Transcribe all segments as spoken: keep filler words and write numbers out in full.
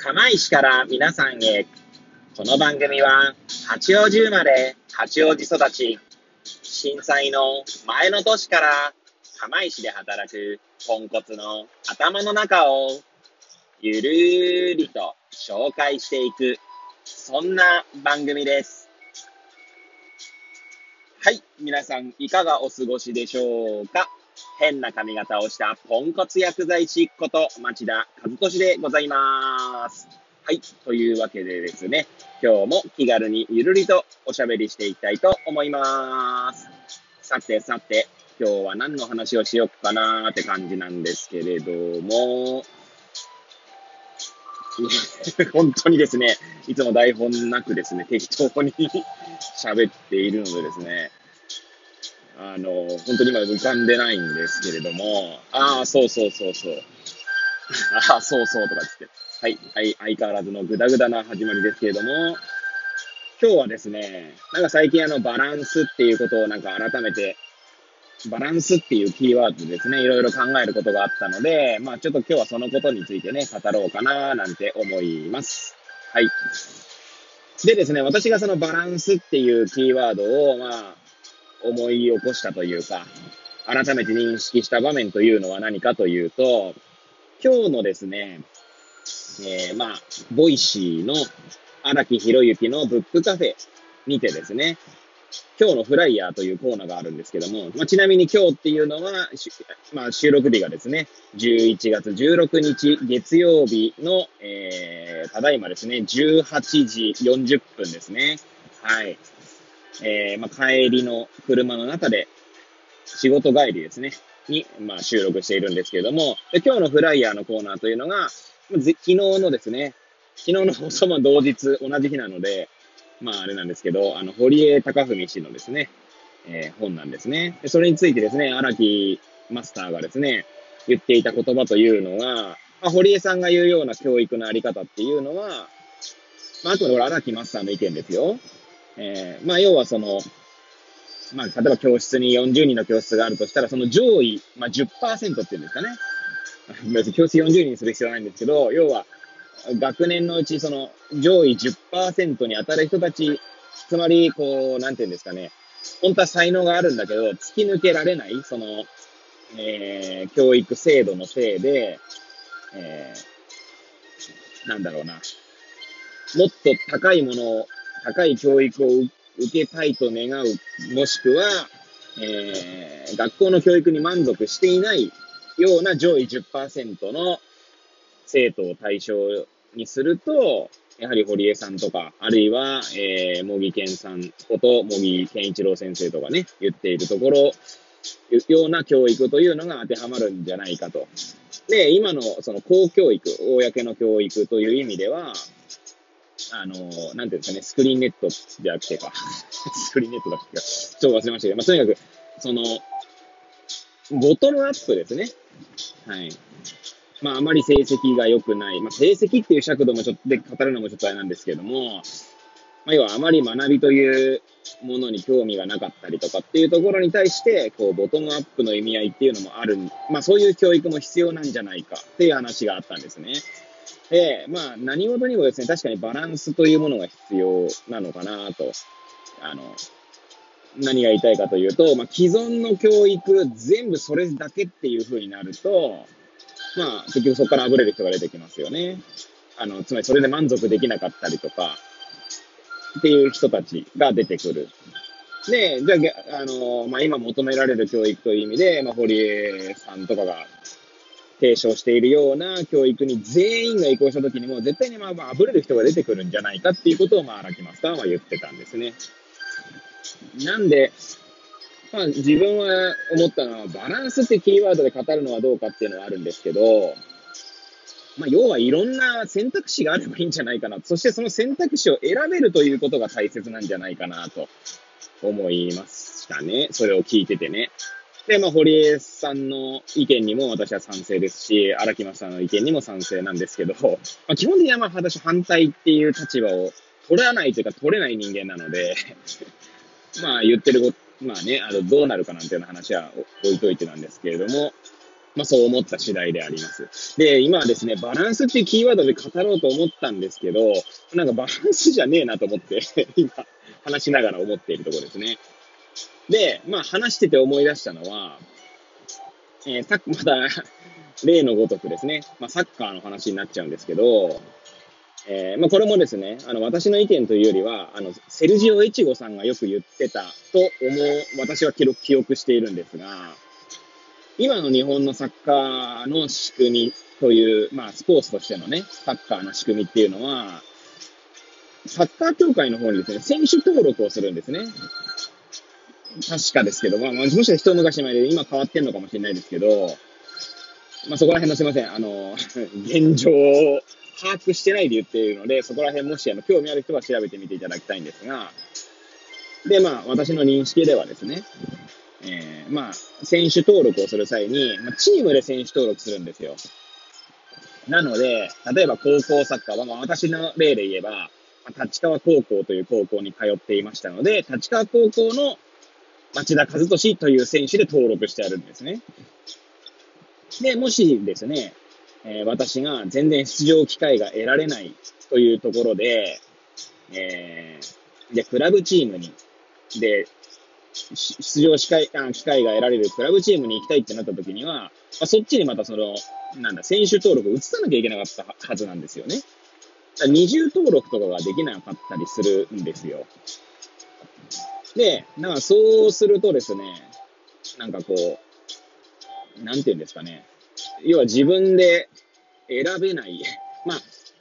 釜石から皆さんへ。この番組は八王子生まれ、八王子育ち、震災の前の年から釜石で働くポンコツの頭の中をゆるーりと紹介していく、そんな番組です。はい、皆さんいかがお過ごしでしょうか。変な髪型をしたポンコツ薬剤師こと町田和俊でございます。はい、というわけでですね、今日も気軽にゆるりとおしゃべりしていきたいと思います。さてさて、今日は何の話をしようかなーって感じなんですけれども、本当にですね、いつも台本なくですね、適当に喋っているのでですね、あの、本当に今浮かんでないんですけれども、ああ、そうそうそうそう。ああ、そうそうとか言って。はい、はい、相変わらずのグダグダな始まりですけれども、今日はですね、なんか最近あの、バランスっていうことをなんか改めて、バランスっていうキーワードでですね、いろいろ考えることがあったので、まあちょっと今日はそのことについてね、語ろうかななんて思います。はい。でですね、私がそのバランスっていうキーワードを、まあ、思い起こしたというか、改めて認識した場面というのは何かというと、今日のですね、えー、まあ、ボイシーの荒木博之のブックカフェにてですね、今日のフライヤーというコーナーがあるんですけども、まあ、ちなみに今日っていうのは、まあ、収録日がですね、じゅういちがつじゅうろくにち月曜日の、えー、ただいまですね、じゅうはちじよんじゅっぷんですね。はい。えー、まあ、帰りの車の中で、仕事帰りですね、に、まあ、収録しているんですけれども、で今日のフライヤーのコーナーというのが、昨日のですね、昨日の放送も同日、同じ日なので、まああれなんですけど、あの、堀江貴文氏のですね、えー、本なんですね。でそれについてですね、荒木マスターがですね、言っていた言葉というのが、まあ、堀江さんが言うような教育のあり方っていうのは、まあ、あくまで荒木マスターの意見ですよ。えー、まあ要はその、まあ、例えば教室によんじゅうにんの教室があるとしたら、その上位、まあ、じゅっパーセントっていうんですかね。別に教室よんじゅうにんにする必要はないんですけど、要は、学年のうち、その、上位じゅっパーセントに当たる人たち、つまり、こう、なんていうんですかね、本当は才能があるんだけど、突き抜けられない、その、えー、教育制度のせいで、えー、なんだろうな、もっと高いものを、高い教育を受けたいと願う、もしくは、えー、学校の教育に満足していないような上位 じゅっパーセント の生徒を対象にすると、やはり堀江さんとか、あるいは、えー、茂木健さんこと茂木健一郎先生とかね、言っているところ、ような教育というのが当てはまるんじゃないかと。で、今のその公教育、公の教育という意味では、あの、なんていうんですかね、スクリーンネットであってか、スクリーンネットだっけか、ちょっと忘れましたけど、まあ、とにかく、その、ボトムアップですね。はい。まあ、あまり成績が良くない。まあ、成績っていう尺度もちょっとで語るのもちょっとあれなんですけども、まあ、要はあまり学びというものに興味がなかったりとかっていうところに対して、こう、ボトムアップの意味合いっていうのもある。まあ、そういう教育も必要なんじゃないかっていう話があったんですね。で、まあ、何事にもですね、確かにバランスというものが必要なのかなと。あの、何が言いたいかというと、まあ、既存の教育、全部それだけっていう風になると、まあ、結局そこからあぶれる人が出てきますよね。あの、つまりそれで満足できなかったりとか、っていう人たちが出てくる。で、じゃあ、あの、まあ、今求められる教育という意味で、まあ、堀江さんとかが提唱しているような教育に全員が移行したときにも、絶対にまあ、まあ、溢れる人が出てくるんじゃないかっていうことを、まあ、荒木マスターは言ってたんですね。なんで、まあ、自分は思ったのは、バランスってキーワードで語るのはどうかっていうのはあるんですけど、まあ、要はいろんな選択肢があればいいんじゃないかな。そしてその選択肢を選べるということが大切なんじゃないかなと思いましたね。それを聞いててね。で、まあ、堀江さんの意見にも私は賛成ですし、荒木さんの意見にも賛成なんですけど、まあ、基本的にはまあ私反対っていう立場を取らないというか取れない人間なので、まあ言ってること、まあね、あの、どうなるかなんていうような話は置いといてなんですけれども、 まあそう思った次第であります。で、今はですね、バランスっていうキーワードで語ろうと思ったんですけど、なんかバランスじゃねえなと思って今、話しながら思っているところですね。で、まあ話してて思い出したのは、えー、さっきまた例のごとくですね、まあサッカーの話になっちゃうんですけど、えー、まあこれもですね、あの私の意見というよりは、あの、セルジオ・エチゴさんがよく言ってたと思う、私は記録記憶しているんですが、今の日本のサッカーの仕組みという、まあスポーツとしてのね、サッカーの仕組みっていうのは、サッカー協会の方にですね、選手登録をするんですね。確かですけど、まあ、もしかしたら一昔前で今変わってんのかもしれないですけど、まあそこら辺のすいません、あの、現状を把握してないで言っているので、そこら辺もしあの興味ある人は調べてみていただきたいんですが、で、まあ私の認識ではですね、えー、まあ、選手登録をする際に、まあ、チームで選手登録するんですよ。なので、例えば高校サッカーは、まあ、私の例で言えば、まあ、立川高校という高校に通っていましたので、立川高校の町田和俊という選手で登録してあるんですね。で、もしですね、えー、私が全然出場機会が得られないというところで、えー、で、クラブチームに、で、出場機会機会が得られるクラブチームに行きたいってなった時には、まあ、そっちにまたその、なんだ、選手登録を移さなきゃいけなかったはずなんですよね。二重登録とかができなかったりするんですよ。で、なんかそうするとですね、なんかこう、なんていうんですかね。要は自分で選べない。まあ、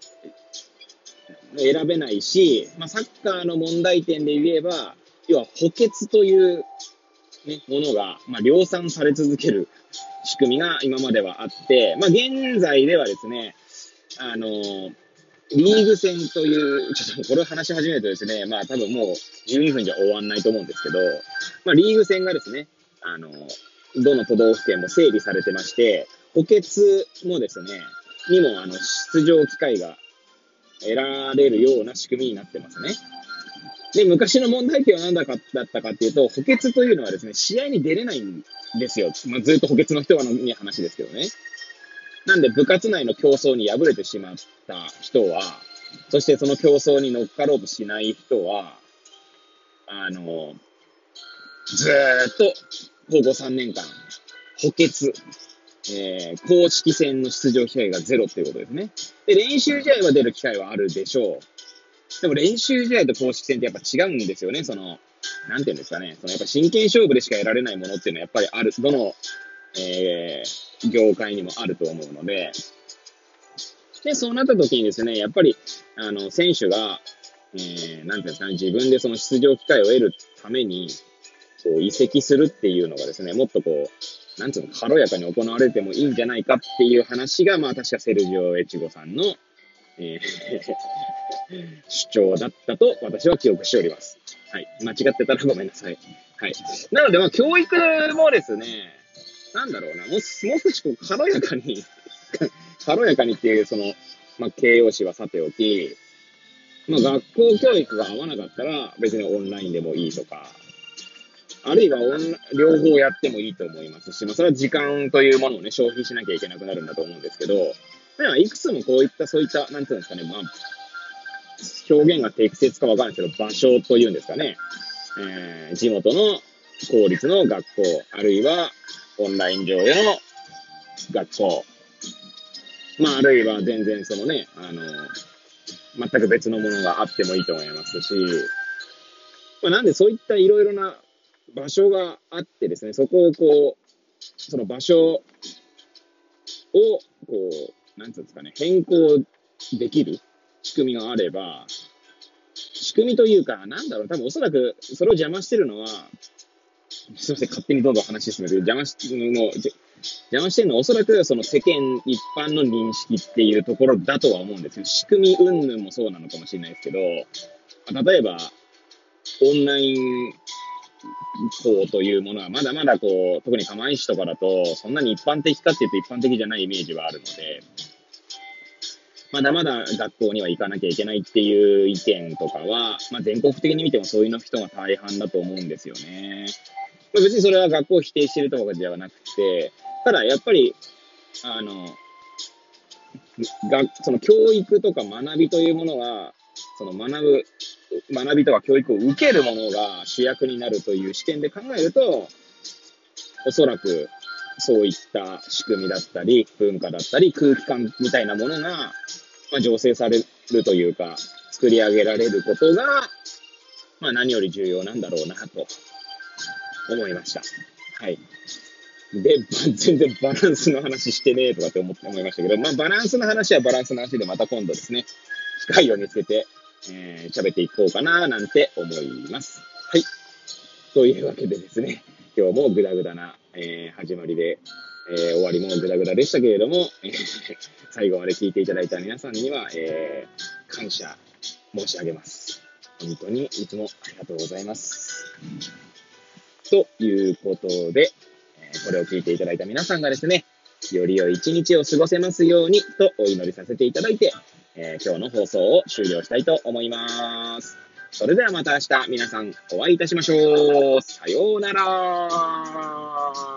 選べないし、まあ、サッカーの問題点で言えば、要は補欠というね、ものが、まあ、量産され続ける仕組みが今まではあって、まあ、現在ではですね、あのー、リーグ戦という、ちょっとこれを話し始めるとですね、まあ多分もうじゅうにふんじゃ終わんないと思うんですけど、まあリーグ戦がですね、あのー、どの都道府県も整理されてまして、補欠もですね、にもあの出場機会が得られるような仕組みになってますね。で、昔の問題点は何だかだったかっていうと、補欠というのはですね、試合に出れないんですよ。まあ、ずっと補欠の人はの話ですけどね。なんで部活内の競争に敗れてしまった人は、そしてその競争に乗っかろうとしない人は、あの、ずーっと高校さんねんかん、補欠、えー、公式戦の出場機会がゼロっていうことですね。で、練習試合は出る機会はあるでしょう。でも練習試合と公式戦ってやっぱ違うんですよね。その、なんていうんですかね。そのやっぱ真剣勝負でしか得られないものっていうのはやっぱりある。どの、えー、業界にもあると思うので。で、そうなった時にですね、やっぱり、あの、選手が、えー、なんていうんですかね、自分でその出場機会を得るために、こう、移籍するっていうのがですね、もっとこう、なんていうの、軽やかに行われてもいいんじゃないかっていう話が、まあ確かセルジオ・エチゴさんの、えー主張だったと私は記憶しております。はい。間違ってたらごめんなさい。はい。なので、まあ、教育もですね、なんだろうな、もう少しこう軽やかに軽やかにっていう、その、まあ、形容詞はさておき、まあ、学校教育が合わなかったら別にオンラインでもいいとか、あるいはオン両方やってもいいと思いますし、まあ、それは時間というものをね、消費しなきゃいけなくなるんだと思うんですけど、まあ、いくつもこういった、そういった、なんていうんですかね、まあ、表現が適切かわかんないですけど、場所というんですかね、えー、地元の公立の学校、あるいはオンライン上での学校、まあ、あるいは全然そのね、あの、全く別のものがあってもいいと思いますし、まあ、なんでそういったいろいろな場所があってですね、そこをこう、その場所を、こう、なんていうんですかね、変更できる仕組みがあれば、仕組みというか、なんだろう、多分おそらくそれを邪魔してるのは、すみません、勝手にどんどん話進めて、邪魔し、の邪魔してるのはおそらくその世間一般の認識っていうところだとは思うんですよ。仕組み云々もそうなのかもしれないですけど、例えば、オンライン校というものはまだまだこう、特に釜石とかだと、そんなに一般的かっていうと一般的じゃないイメージはあるので、まだまだ学校には行かなきゃいけないっていう意見とかは、まあ、全国的に見てもそういう人が大半だと思うんですよね。まあ、別にそれは学校を否定しているとかではなくて、 ただ、やっぱり、あの、が、その教育とか学びというものが、その学ぶ、学びとか教育を受けるものが主役になるという視点で考えると、おそらくそういった仕組みだったり、文化だったり、空気感みたいなものが、まあ、醸成されるというか、作り上げられることが、まあ何より重要なんだろうなと思いました。はい。で、全然バランスの話してねえとかって思って思いましたけど、まあバランスの話はバランスの話でまた今度ですね、機会を見つけて、えー、喋っていこうかななんて思います。はい。というわけでですね、今日もグダグダな、えー、始まりで、えー、終わりもグダグダでしたけれども、えー、最後まで聞いていただいた皆さんには、えー、感謝申し上げます。本当にいつもありがとうございます。ということで、これを聞いていただいた皆さんがですね、より良い一日を過ごせますようにとお祈りさせていただいて、えー、今日の放送を終了したいと思います。それではまた明日皆さんお会いいたしましょう。さようなら。